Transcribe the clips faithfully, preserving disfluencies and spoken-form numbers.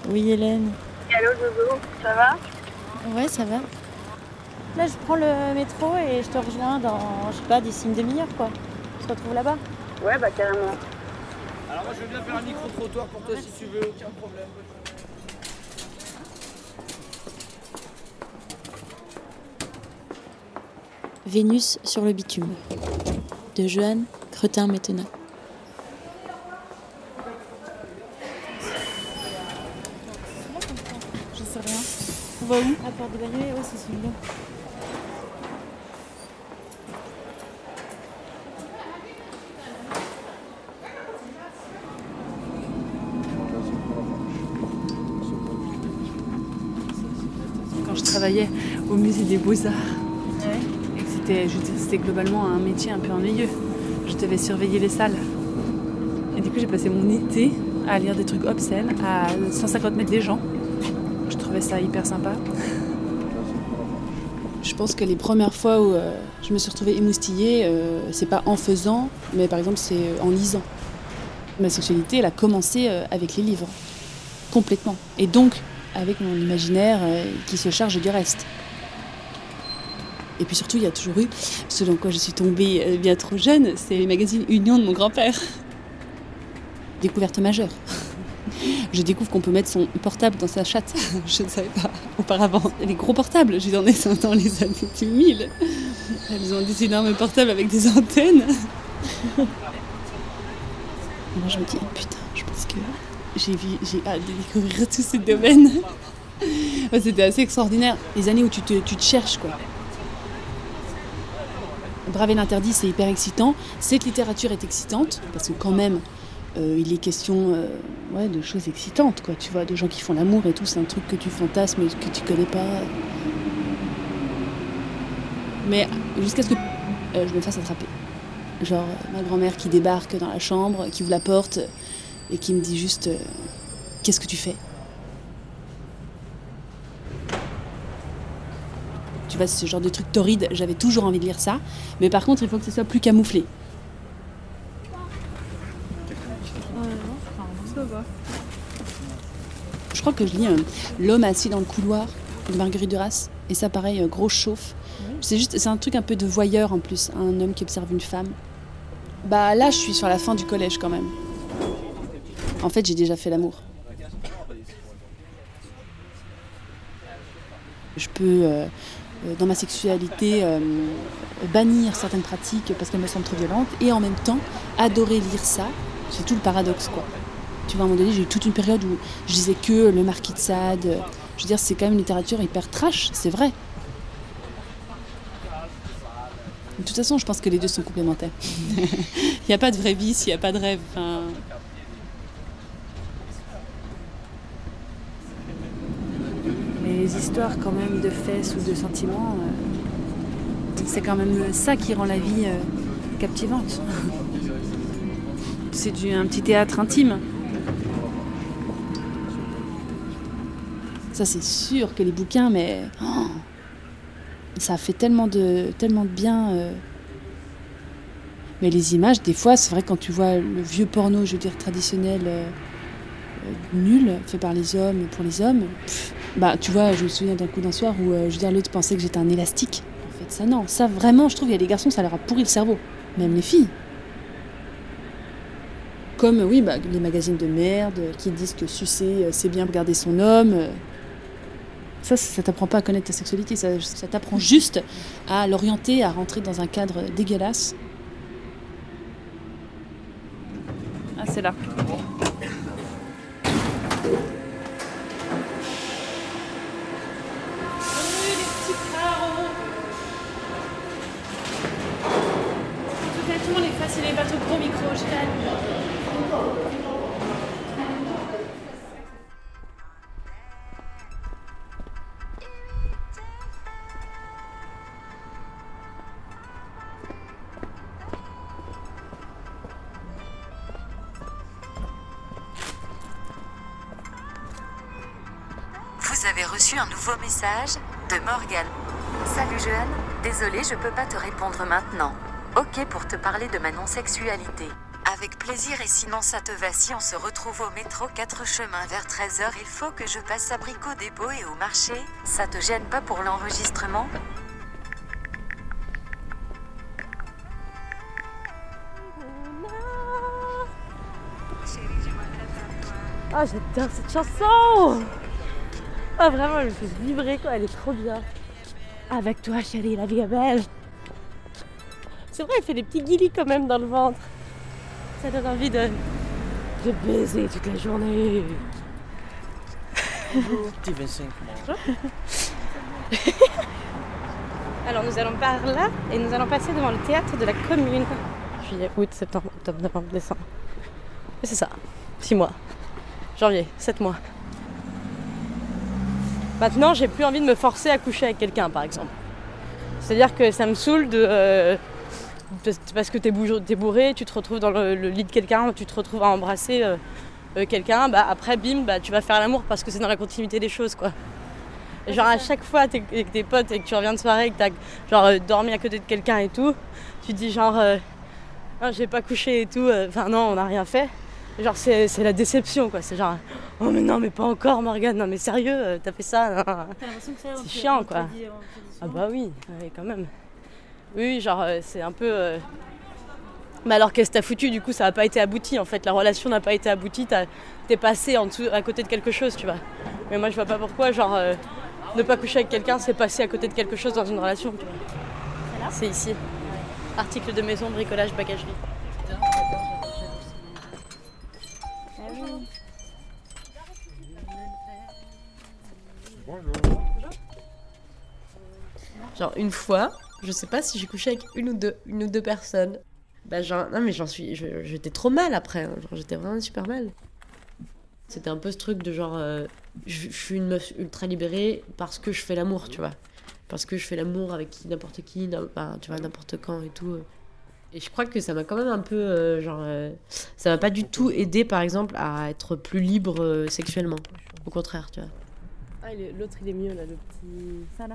Oui, Hélène. Allô, Jojo, ça va? Ouais, ça va. Là, je prends le métro et je te rejoins dans, je sais pas, d'ici une demi-heure, quoi. On se retrouve là-bas. Ouais, bah carrément. Alors moi, je veux bien faire un micro-trottoir pour toi si tu veux, aucun problème. Vénus sur le bitume, de Johan Cretin-Métena. Je sais rien. On va où? À Porte de Bagnolet, ouais, c'est celui-là. Quand je travaillais au musée des Beaux-Arts, Ouais. et que c'était, je veux dire, c'était globalement un métier un peu ennuyeux. Je devais surveiller les salles. Et du coup, j'ai passé mon été à lire des trucs obscènes à cent cinquante mètres des gens. Je trouvais ça hyper sympa. Je pense que les premières fois où euh, je me suis retrouvée émoustillée, euh, c'est pas en faisant, mais par exemple, c'est en lisant. Ma sexualité, elle a commencé euh, avec les livres, complètement. Et donc, avec mon imaginaire euh, qui se charge du reste. Et puis surtout, il y a toujours eu ce dans quoi je suis tombée euh, bien trop jeune, c'est les magazines Union de mon grand-père. Découverte majeure. Je découvre qu'on peut mettre son portable dans sa chatte. Je ne savais pas auparavant. Les gros portables, je en ai dans les années deux mille. Elles ont des énormes portables avec des antennes. Et là, je me dis, putain, je pense que j'ai, vu, j'ai hâte de découvrir tous ces domaines. C'était assez extraordinaire. Les années où tu te, tu te cherches, quoi. Braver l'interdit, c'est hyper excitant. Cette littérature est excitante, parce que quand même, euh, il est question euh, ouais, de choses excitantes, quoi. Tu vois, de gens qui font l'amour et tout, c'est un truc que tu fantasmes et que tu connais pas. Mais jusqu'à ce que euh, je me fasse attraper. Genre, euh, ma grand-mère qui débarque dans la chambre, qui ouvre la porte et qui me dit juste euh, « Qu'est-ce que tu fais ?» Tu vois, ce genre de truc torride, j'avais toujours envie de lire ça. Mais par contre, il faut que ce soit plus camouflé. Je crois que je lis euh, L'homme assis dans le couloir de Marguerite Duras. Et ça, pareil, euh, grosse chauffe. C'est juste, c'est un truc un peu de voyeur en plus, un homme qui observe une femme. Bah là, je suis sur la fin du collège quand même. En fait, j'ai déjà fait l'amour. Je peux, euh, dans ma sexualité, euh, bannir certaines pratiques parce qu'elles me semblent trop violentes et en même temps, adorer lire ça. C'est tout le paradoxe, quoi. Tu vois, à un moment donné, j'ai eu toute une période où je disais que le Marquis de Sade. Euh, je veux dire, c'est quand même une littérature hyper trash, c'est vrai. De toute façon, je pense que les deux sont complémentaires. Il n'y a pas de vrai vice, il n'y a pas de rêve. Enfin... Les histoires quand même de fesses ou de sentiments, euh, c'est quand même ça qui rend la vie euh, captivante. C'est du, un petit théâtre intime. Ça, c'est sûr que les bouquins, mais... Oh, ça fait tellement de, tellement de bien. Euh... Mais les images, des fois, c'est vrai quand tu vois le vieux porno, je veux dire, traditionnel, euh, euh, nul, fait par les hommes, pour les hommes, pff, bah, tu vois, je me souviens d'un coup d'un soir où, euh, je veux dire, l'autre pensait que j'étais un élastique. En fait, ça, non. Ça, vraiment, je trouve, il y a des garçons, ça leur a pourri le cerveau. Même les filles. Comme, oui, bah, les magazines de merde qui disent que sucer, c'est bien regarder son homme. Ça, ça t'apprend pas à connaître ta sexualité. Ça, ça t'apprend juste à l'orienter, à rentrer dans un cadre dégueulasse. Ah, c'est là. Tout le monde est facile, les bateaux gros micro, je calme. Vous avez reçu un nouveau message de Morgane. Salut Johan, désolée, je peux pas te répondre maintenant. Ok pour te parler de ma non-sexualité. Avec plaisir et sinon ça te va si on se retrouve au métro quatre chemins vers treize heures. Il faut que je passe à Brico Dépôt et au marché. Ça te gêne pas pour l'enregistrement? Ah, j'adore cette chanson. Ah, vraiment, elle me fait vibrer quoi, elle est trop bien. Avec toi chérie, la vie est belle. C'est vrai, elle fait des petits guilis quand même dans le ventre. Ça donne envie de, de baiser toute la journée. Alors nous allons par là et nous allons passer devant le théâtre de la commune. Juillet, août, septembre, octobre, novembre, décembre. Et c'est ça, six mois. Janvier, sept mois. Maintenant, j'ai plus envie de me forcer à coucher avec quelqu'un, par exemple. C'est-à-dire que ça me saoule de... Euh, parce que t'es, bouge, t'es bourré, tu te retrouves dans le, le lit de quelqu'un, tu te retrouves à embrasser euh, euh, quelqu'un, bah après bim, bah tu vas faire l'amour parce que c'est dans la continuité des choses quoi. Et genre à chaque fois t'es avec tes potes et que tu reviens de soirée et que t'as genre euh, dormi à côté de quelqu'un et tout, tu te dis genre euh, ah, j'ai pas couché et tout, enfin euh, non on n'a rien fait. Et genre c'est, c'est la déception quoi, c'est genre oh mais non mais pas encore Morgane, non mais sérieux euh, t'as fait ça, non. T'as l'impression que c'est, c'est chiant quoi. Dit, ah bah oui, oui quand même. Oui, genre euh, c'est un peu... Euh... Mais alors qu'est-ce que t'as foutu, du coup ça n'a pas été abouti en fait, la relation n'a pas été aboutie, t'as... t'es passé en dessous, à côté de quelque chose, tu vois. Mais moi je vois pas pourquoi, genre euh, ne pas coucher avec quelqu'un c'est passer à côté de quelque chose dans une relation, tu vois. C'est là ? C'est ici. Article de maison, bricolage, bagagerie. Bonjour. Genre une fois, je sais pas si j'ai couché avec une ou deux, une ou deux personnes. Bah genre, non mais j'en suis, je, j'étais trop mal après, hein. Genre j'étais vraiment super mal. C'était un peu ce truc de genre, euh, je, je suis une meuf ultra libérée parce que je fais l'amour, tu vois. Parce que je fais l'amour avec qui, n'importe qui, bah, tu vois, n'importe quand et tout. Et je crois que ça m'a quand même un peu, euh, genre, euh, ça m'a pas du tout aidé par exemple à être plus libre euh, sexuellement. Au contraire, tu vois. Ah, il est, l'autre il est mieux là, le petit... Ça là.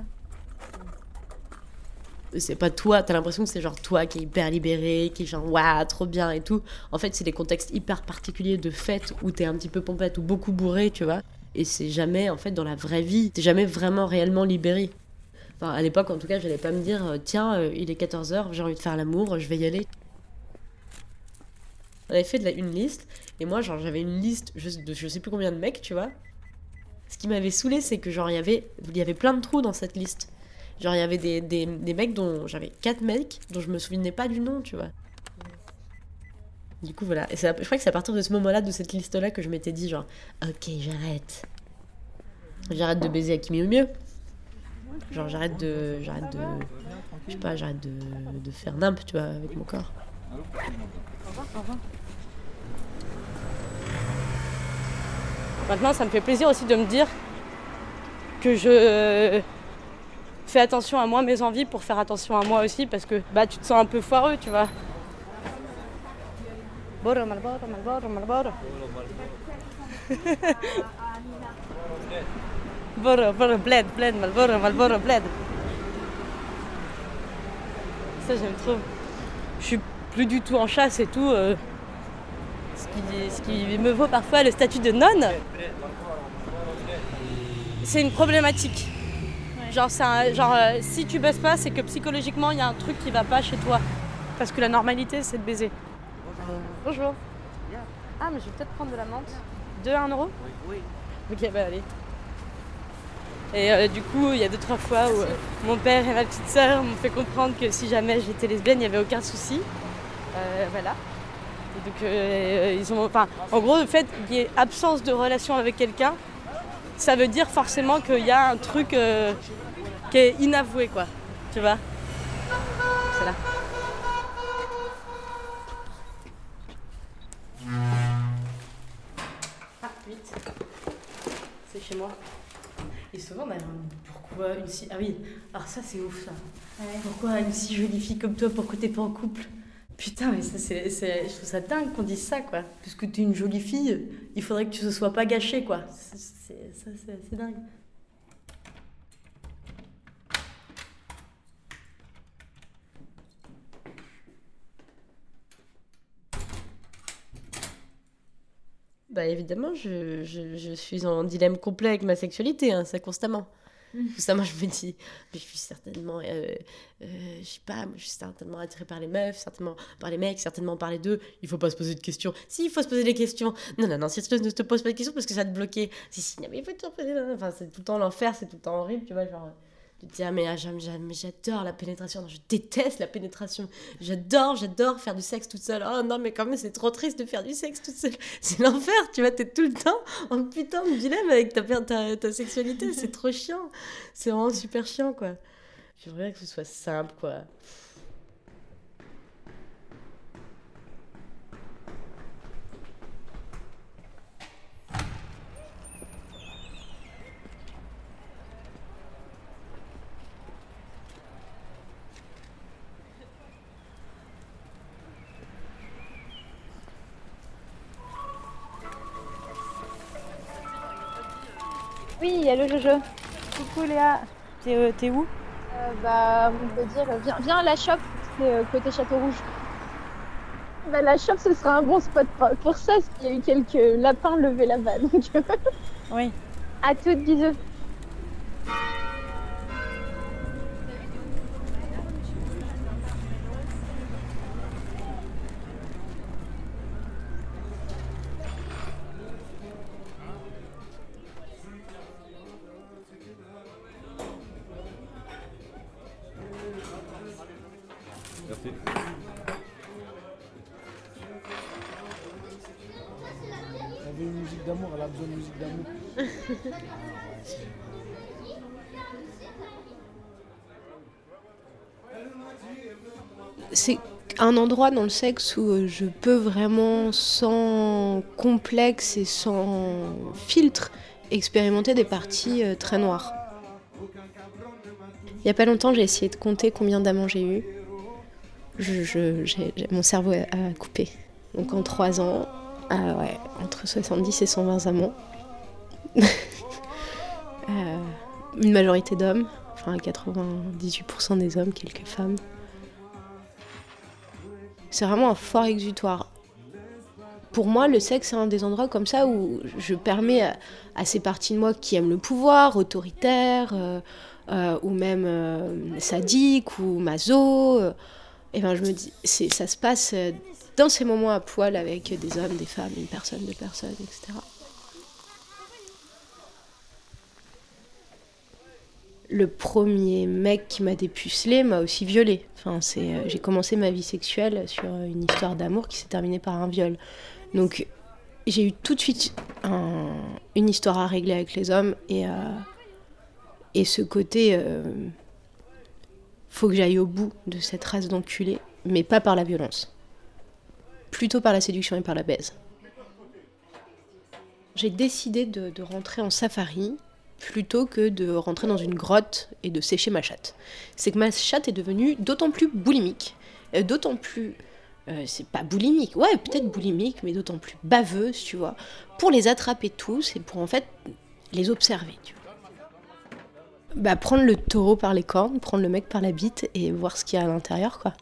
C'est pas toi, t'as l'impression que c'est genre toi qui est hyper libéré, qui est genre waouh, trop bien et tout. En fait, c'est des contextes hyper particuliers de fête où t'es un petit peu pompette ou beaucoup bourré, tu vois. Et c'est jamais, en fait, dans la vraie vie, t'es jamais vraiment réellement libéré. Enfin, à l'époque, en tout cas, j'allais pas me dire tiens, euh, il est quatorze heures, j'ai envie de faire l'amour, je vais y aller. On avait fait de la, une liste, et moi, genre, j'avais une liste juste de je sais plus combien de mecs, tu vois. Ce qui m'avait saoulé, c'est que genre, il y avait, il y avait plein de trous dans cette liste. Genre, il y avait des, des, des mecs dont... J'avais quatre mecs dont je me souvenais pas du nom, tu vois. Du coup, voilà. Et c'est, je crois que c'est à partir de ce moment-là, de cette liste-là, que je m'étais dit, genre, ok, j'arrête. J'arrête de baiser à qui mieux mieux. Genre, j'arrête de... J'arrête de... Je sais pas, j'arrête de, de faire nimp, tu vois, avec mon corps. Au revoir, au revoir. Maintenant, ça me fait plaisir aussi de me dire que je... fais attention à moi, mes envies, pour faire attention à moi aussi, parce que bah tu te sens un peu foireux, tu vois. Boro, Malboro, Malboro, Malboro. Boro, Boro, bled, bled, Malboro, Malboro, bled. Ça, j'aime trop. Je suis plus du tout en chasse et tout. Euh, ce, qui, ce qui me vaut parfois le statut de nonne. C'est une problématique. Genre, c'est un, genre euh, si tu baises pas, c'est que psychologiquement, il y a un truc qui va pas chez toi. Parce que la normalité, c'est de baiser. Bonjour. Bonjour. Ah, mais je vais peut-être prendre de la menthe. Deux à un euro ? Oui. Ok, bah allez. Et euh, du coup, il y a deux, trois fois où euh, mon père et ma petite sœur m'ont fait comprendre que si jamais j'étais lesbienne, il n'y avait aucun souci. Euh, voilà. Et donc, euh, ils ont... Enfin, en gros, le fait qu'il y ait absence de relation avec quelqu'un, ça veut dire forcément qu'il y a un truc... Euh, qui est inavoué, quoi, tu vois. C'est là. Ah, vite. C'est chez moi. Et souvent, bah, pourquoi une si... Ah oui, alors ça, c'est ouf, ça. Ouais. Pourquoi une si jolie fille comme toi, pourquoi t'es pas en couple ? Putain, mais ça, c'est, c'est... je trouve ça dingue qu'on dise ça, quoi. Parce que t'es une jolie fille, il faudrait que tu ne sois pas gâchée, quoi. C'est, c'est, ça, c'est, c'est dingue. Bah évidemment, je, je, je suis en dilemme complet avec ma sexualité, hein, ça constamment. Constamment, je me dis, mais je suis certainement, euh, euh, je sais pas, moi, je suis certainement attirée par les meufs, certainement par les mecs, certainement par les deux. Il faut pas se poser de questions. Si, il faut se poser des questions. Non, non, non, si tu ne te poses pas de questions parce que ça va te bloquer. Si, si, non, mais il faut te poser. Enfin, c'est tout le temps l'enfer, c'est tout le temps horrible, tu vois, genre. Tu te dis, ah mais, ah, j'aime, j'aime, mais j'adore la pénétration. Non, je déteste la pénétration. J'adore, j'adore faire du sexe toute seule. Oh non, mais quand même, c'est trop triste de faire du sexe toute seule. C'est l'enfer, tu vois, t'es tout le temps en putain de dilemme avec ta, ta, ta sexualité. C'est trop chiant. C'est vraiment super chiant, quoi. J'aimerais que ce soit simple, quoi. Oui, allô Jojo. Coucou Léa, t'es, euh, t'es où? Euh, bah, on peut dire, viens, viens à la shop, c'est euh, côté Château Rouge. Bah, la shop, ce sera un bon spot pour, pour ça, parce qu'il y a eu quelques lapins levés là-bas. Donc, oui. À toutes, bisous. Merci. Elle veut une musique d'amour, elle a besoin de musique d'amour. C'est un endroit dans le sexe où je peux vraiment, sans complexe et sans filtre, expérimenter des parties très noires. Il n'y a pas longtemps, j'ai essayé de compter combien d'amants j'ai eu. Je, je, j'ai, j'ai, mon cerveau a, a coupé. Donc en trois ans, euh, ouais, entre soixante-dix et cent vingt amants. euh, une majorité d'hommes, enfin quatre-vingt-dix-huit pour cent des hommes, quelques femmes. C'est vraiment un fort exutoire. Pour moi, le sexe, c'est un des endroits comme ça où je permets à, à ces parties de moi qui aiment le pouvoir, autoritaire, euh, euh, ou même euh, sadique ou maso. Euh, et ben, je me dis, c'est, ça se passe dans ces moments à poil avec des hommes, des femmes, une personne, deux personnes, et cetera. Le premier mec qui m'a dépucelé m'a aussi violée. Enfin, c'est, euh, j'ai commencé ma vie sexuelle sur une histoire d'amour qui s'est terminée par un viol. Donc, j'ai eu tout de suite un, une histoire à régler avec les hommes et, euh, et ce côté, euh, faut que j'aille au bout de cette race d'enculés, mais pas par la violence. Plutôt par la séduction et par la baise. J'ai décidé de, de rentrer en safari plutôt que de rentrer dans une grotte et de sécher ma chatte. C'est que ma chatte est devenue d'autant plus boulimique, euh, d'autant plus... Euh, c'est pas boulimique, ouais, peut-être boulimique, mais d'autant plus baveuse, tu vois, pour les attraper tous et pour en fait les observer, tu vois. Bah, prendre le taureau par les cornes, prendre le mec par la bite et voir ce qu'il y a à l'intérieur, quoi.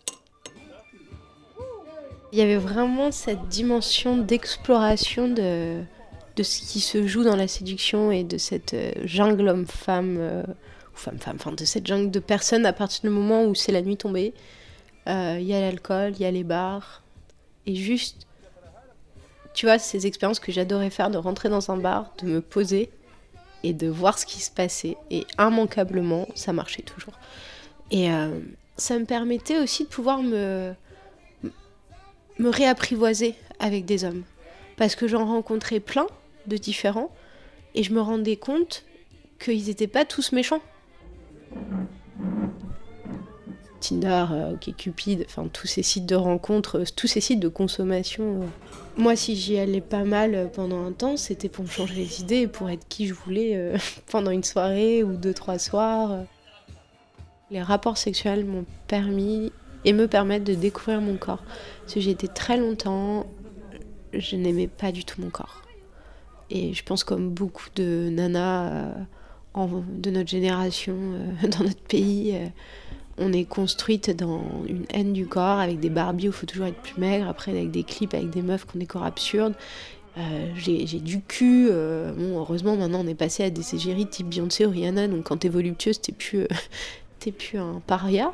Il y avait vraiment cette dimension d'exploration de, de ce qui se joue dans la séduction et de cette euh, jungle homme-femme, euh, ou femme-femme, enfin de cette jungle de personnes à partir du moment où c'est la nuit tombée. Il euh, y a l'alcool, il y a les bars. Et juste, tu vois, ces expériences que j'adorais faire, de rentrer dans un bar, de me poser et de voir ce qui se passait. Et immanquablement, ça marchait toujours. Et euh, ça me permettait aussi de pouvoir me, me réapprivoiser avec des hommes. Parce que j'en rencontrais plein de différents et je me rendais compte qu'ils n'étaient pas tous méchants. Tinder, euh, OkCupid, enfin tous ces sites de rencontres, euh, tous ces sites de consommation. Euh. Moi, si j'y allais pas mal euh, pendant un temps, c'était pour me changer les idées et pour être qui je voulais euh, pendant une soirée ou deux, trois soirs. Euh. Les rapports sexuels m'ont permis et me permettent de découvrir mon corps. Parce que j'ai été très longtemps, je n'aimais pas du tout mon corps. Et je pense comme beaucoup de nanas euh, en, de notre génération, euh, dans notre pays, euh, on est construite dans une haine du corps, avec des Barbies où il faut toujours être plus maigre, après avec des clips avec des meufs qui ont des corps absurdes. Euh, j'ai, j'ai du cul. Euh, bon, heureusement, maintenant, on est passé à des égéries type Beyoncé ou Rihanna, donc quand t'es voluptueuse, t'es plus, euh, t'es plus un paria.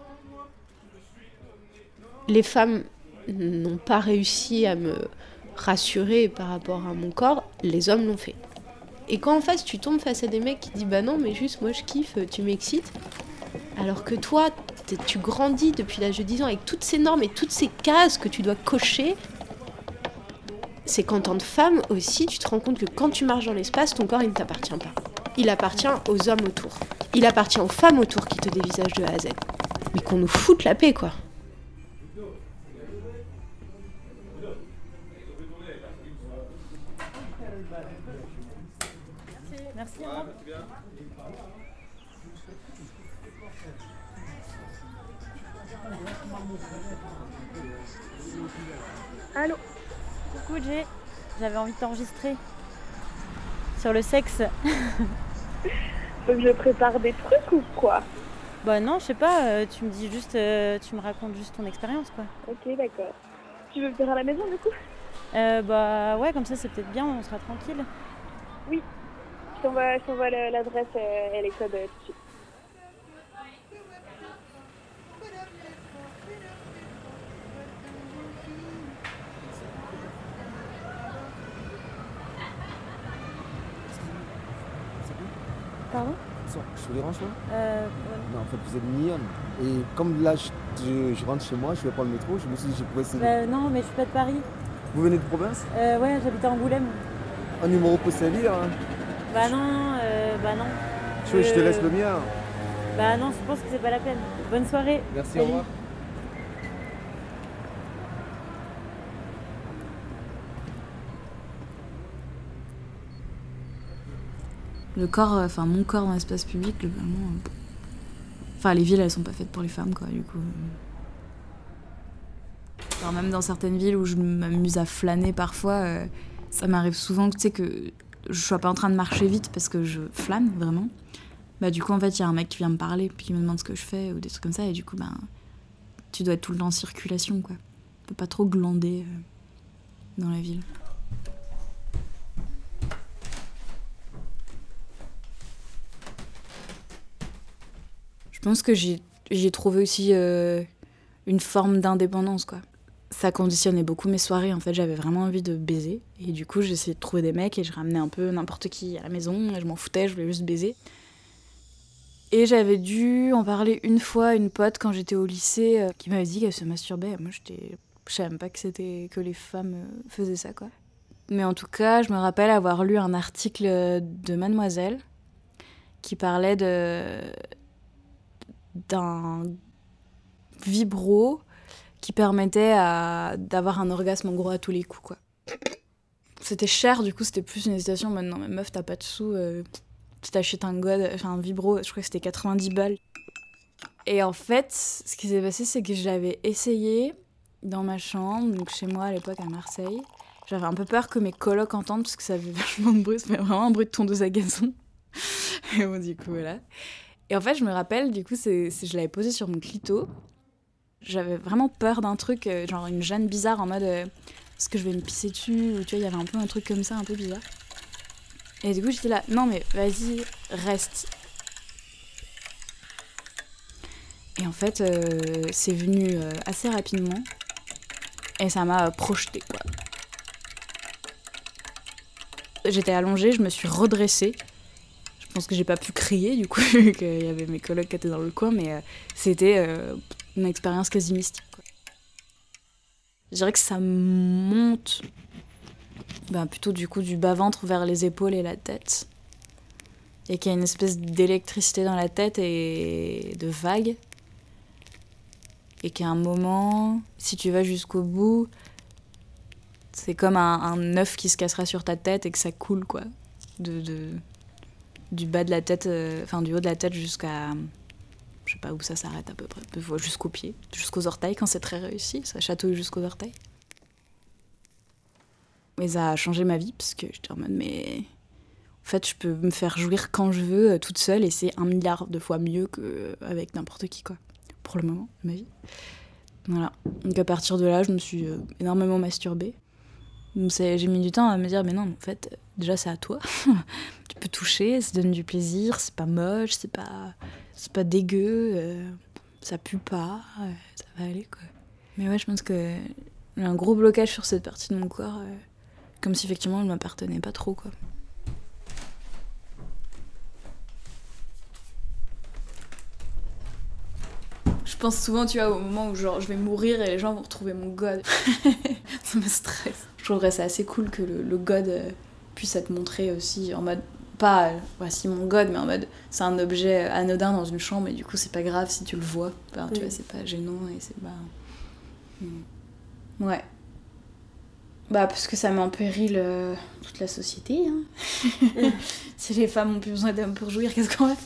Les femmes n'ont pas réussi à me rassurer par rapport à mon corps, les hommes l'ont fait. Et quand en face, tu tombes face à des mecs qui disent « Bah non, mais juste, moi je kiffe, tu m'excites », alors que toi, tu grandis depuis l'âge de dix ans avec toutes ces normes et toutes ces cases que tu dois cocher. C'est qu'en tant que femme aussi, tu te rends compte que quand tu marches dans l'espace, ton corps, il ne t'appartient pas. Il appartient aux hommes autour. Il appartient aux femmes autour qui te dévisagent de A à Z. Mais qu'on nous foute la paix, quoi. Merci. Hein. Allô. Coucou Jay, j'avais envie de t'enregistrer sur le sexe. Faut que je prépare des trucs ou quoi? Bah non, je sais pas, euh, tu me dis juste, euh, tu me racontes juste ton expérience quoi. Ok, d'accord. Tu veux venir à la maison du coup? euh, Bah ouais, comme ça c'est peut-être bien, on sera tranquille. Oui, je t'envoie, je t'envoie l'adresse euh, et les codes euh, tout de suite. Pardon? Je vous dérange là? Euh... Non, en fait vous êtes mignonne. Et comme là je, je, je rentre chez moi, je vais prendre le métro, je me suis dit je pourrais essayer. Bah non, mais je suis pas de Paris. Vous venez de province? Euh, ouais, j'habite à Angoulême. Un numéro postal à lire hein? Bah non, euh, bah non. Je, je te laisse le mien. Bah non, je pense que c'est pas la peine. Bonne soirée. Merci, Salut. Au revoir. Le corps, enfin mon corps dans l'espace public, globalement. Euh... Enfin, les villes, elles sont pas faites pour les femmes, quoi, du coup. Alors, même dans certaines villes où je m'amuse à flâner parfois, euh, ça m'arrive souvent, tu sais, que je sois pas en train de marcher vite parce que je flâne, vraiment. Bah, du coup, en fait, il y a un mec qui vient me parler, puis qui me demande ce que je fais, ou des trucs comme ça, et du coup, bah, tu dois être tout le temps en circulation, quoi. Tu peux pas trop glander euh, dans la ville. Je pense que j'ai, j'ai trouvé aussi euh, une forme d'indépendance, quoi. Ça conditionnait beaucoup mes soirées, en fait, j'avais vraiment envie de baiser. Et du coup, j'essayais de trouver des mecs et je ramenais un peu n'importe qui à la maison, et je m'en foutais, je voulais juste baiser. Et j'avais dû en parler une fois à une pote quand j'étais au lycée, euh, qui m'avait dit qu'elle se masturbait. Moi, j'étais... je savais même pas que, c'était... que les femmes euh, faisaient ça, quoi. Mais en tout cas, je me rappelle avoir lu un article de Mademoiselle qui parlait de... d'un vibro qui permettait à... d'avoir un orgasme en gros à tous les coups, quoi. C'était cher, du coup c'était plus une hésitation. Maintenant, mais meuf, t'as pas de sous, euh, tu t'achètes un god, enfin un vibro, je crois que c'était quatre-vingt-dix balles. Et en fait, ce qui s'est passé, c'est que je l'avais essayé dans ma chambre, donc chez moi à l'époque à Marseille. J'avais un peu peur que mes colocs entendent parce que ça avait vachement de bruit, ça fait vraiment un bruit de tondeuse à gazon. Et bon, du coup, voilà. Et en fait, je me rappelle, du coup, c'est, c'est, je l'avais posé sur mon clito. J'avais vraiment peur d'un truc, euh, genre une gêne bizarre en mode euh, est-ce que je vais me pisser dessus, ou tu vois, il y avait un peu un truc comme ça, un peu bizarre. Et du coup, j'étais là, non mais vas-y, reste. Et en fait, euh, c'est venu euh, assez rapidement, et ça m'a projetée, quoi. J'étais allongée, je me suis redressée. Je pense que j'ai pas pu crier, du coup, vu qu'il y avait mes colocs qui étaient dans le coin, mais euh, c'était euh, une expérience quasi mystique, quoi. Je dirais que ça monte ben, plutôt du coup du bas-ventre vers les épaules et la tête. Et qu'il y a une espèce d'électricité dans la tête et de vague. Et qu'à un moment, si tu vas jusqu'au bout, c'est comme un, un œuf qui se cassera sur ta tête et que ça coule, quoi. De, de, du bas de la tête, enfin euh, du haut de la tête jusqu'à... Je sais pas où ça s'arrête à peu près, jusqu'aux pieds, jusqu'aux orteils quand c'est très réussi, ça chatouille jusqu'aux orteils. Mais ça a changé ma vie parce que j'étais en mode mais en fait je peux me faire jouir quand je veux toute seule et c'est un milliard de fois mieux qu'avec n'importe qui, quoi, pour le moment de ma vie. Voilà, donc à partir de là je me suis énormément masturbée, Donc c'est, j'ai mis du temps à me dire, mais non, en fait, déjà c'est à toi. Tu peux toucher, ça donne du plaisir, c'est pas moche, c'est pas, c'est pas dégueu, euh, ça pue pas, euh, ça va aller quoi. Mais ouais, je pense que j'ai un gros blocage sur cette partie de mon corps, euh, comme si effectivement elle m'appartenait pas trop quoi. Je pense souvent, tu vois, au moment où genre, je vais mourir et les gens vont retrouver mon god. Ça me stresse. Je trouverais ça assez cool que le, le god euh, puisse être montré aussi en mode, pas, euh, voici mon god, mais en mode, c'est un objet anodin dans une chambre et du coup c'est pas grave si tu le vois. Enfin, tu oui. vois, c'est pas gênant et c'est pas... Hmm. Ouais. Bah, parce que ça met en péril euh, toute la société. Hein. Mm. Si les femmes ont plus besoin d'hommes pour jouir, qu'est-ce qu'on va faire ?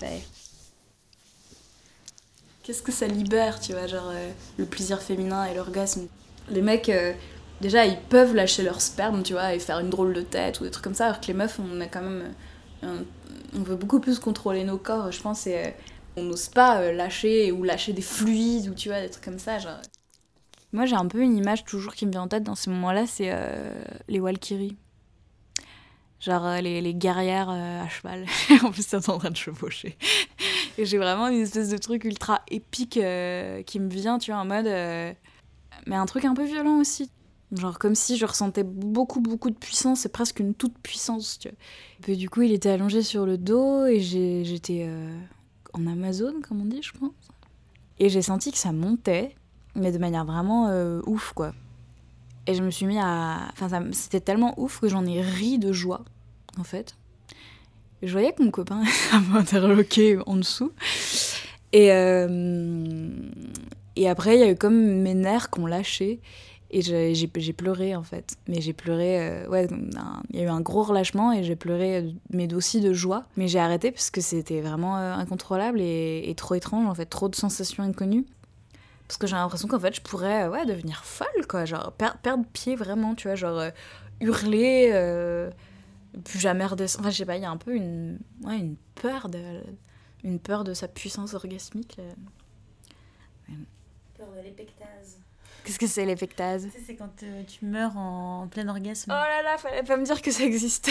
Qu'est-ce que ça libère, tu vois, genre euh, le plaisir féminin et l'orgasme. Les mecs, euh, déjà, ils peuvent lâcher leur sperme, tu vois, et faire une drôle de tête ou des trucs comme ça, alors que les meufs, on a quand même... Euh, on veut beaucoup plus contrôler nos corps, je pense, et euh, on n'ose pas euh, lâcher, ou lâcher des fluides, ou tu vois, des trucs comme ça, genre... Moi, j'ai un peu une image toujours qui me vient en tête dans ces moments-là, c'est euh, les Walkyries. Genre euh, les, les guerrières euh, à cheval. En plus, t'es en train de chevaucher. Et j'ai vraiment une espèce de truc ultra épique euh, qui me vient, tu vois, en mode... Euh... Mais un truc un peu violent aussi. Genre comme si je ressentais beaucoup, beaucoup de puissance, c'est presque une toute puissance, tu vois. Et puis, du coup, il était allongé sur le dos et j'ai, j'étais euh, en Amazone, comme on dit, je pense. Et j'ai senti que ça montait, mais de manière vraiment euh, ouf, quoi. Et je me suis mis à... Enfin, ça... c'était tellement ouf que j'en ai ri de joie, en fait. Et je voyais que mon copain m'a interloqué en dessous. Et, euh... et après, il y a eu comme mes nerfs qui ont lâché. Et j'ai, j'ai, j'ai pleuré, en fait. Mais j'ai pleuré... Euh... Ouais, il y a eu un gros relâchement et j'ai pleuré, mais aussi de joie. Mais j'ai arrêté parce que c'était vraiment euh, incontrôlable et... et trop étrange, en fait. Trop de sensations inconnues. Parce que j'ai l'impression qu'en fait, je pourrais ouais, devenir folle, quoi. Genre, per- perdre pied, vraiment, tu vois. Genre, euh, hurler, euh, plus jamais redescendre. Enfin, je sais pas, il y a un peu une, ouais, une peur de... Une peur de sa puissance orgasmique. Euh. Ouais. Peur de l'épectase. Qu'est-ce que c'est, l'épectase ? Tu sais, c'est quand euh, tu meurs en, en plein orgasme. Oh là là, fallait pas me dire que ça existait.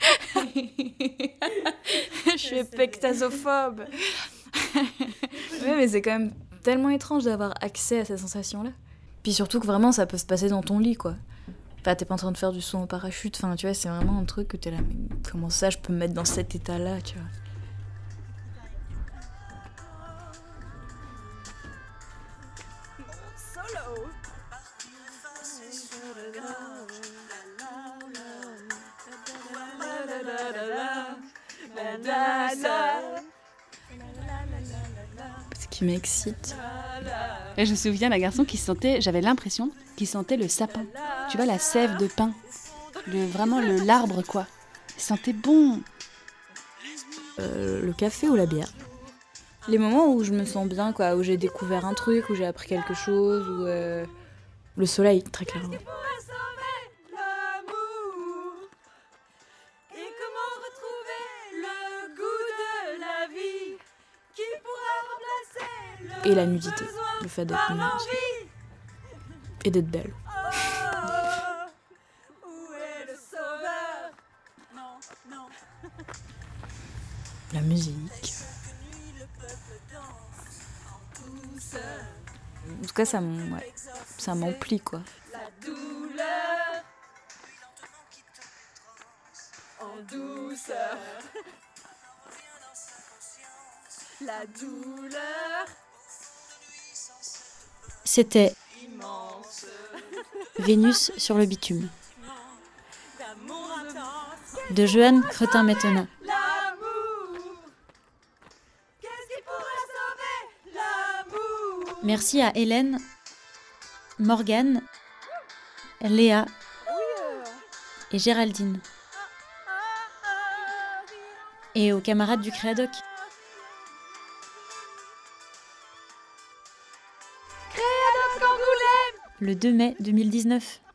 Je suis épectasophobe. Ouais, mais c'est quand même... tellement étrange d'avoir accès à ces sensations-là. Puis surtout que vraiment, ça peut se passer dans ton lit, quoi. Enfin, t'es pas en train de faire du saut en parachute, enfin, tu vois, c'est vraiment un truc que t'es là, mais comment ça, je peux me mettre dans cet état-là, tu vois. Ce qui m'excite. Là, je me souviens d'un garçon qui sentait, j'avais l'impression qu'il sentait le sapin. Tu vois, la sève de pin. Le, vraiment le, l'arbre, quoi. Il sentait bon. Euh, le café ou la bière. Les moments où je me sens bien, quoi, où j'ai découvert un truc, où j'ai appris quelque chose, où euh, le soleil, très clairement. Et la nudité, le fait d'être nue aussi. Et d'être belle. La musique. En tout cas, ça, ouais, ça m'emplit, quoi. La douleur en douceur. La douleur. C'était Vénus sur le bitume de Joanne Cretin-Mettenin. Merci à Hélène, Morgane, Léa et Géraldine. Et aux camarades du Créadoc. Le deux mai deux mille dix-neuf.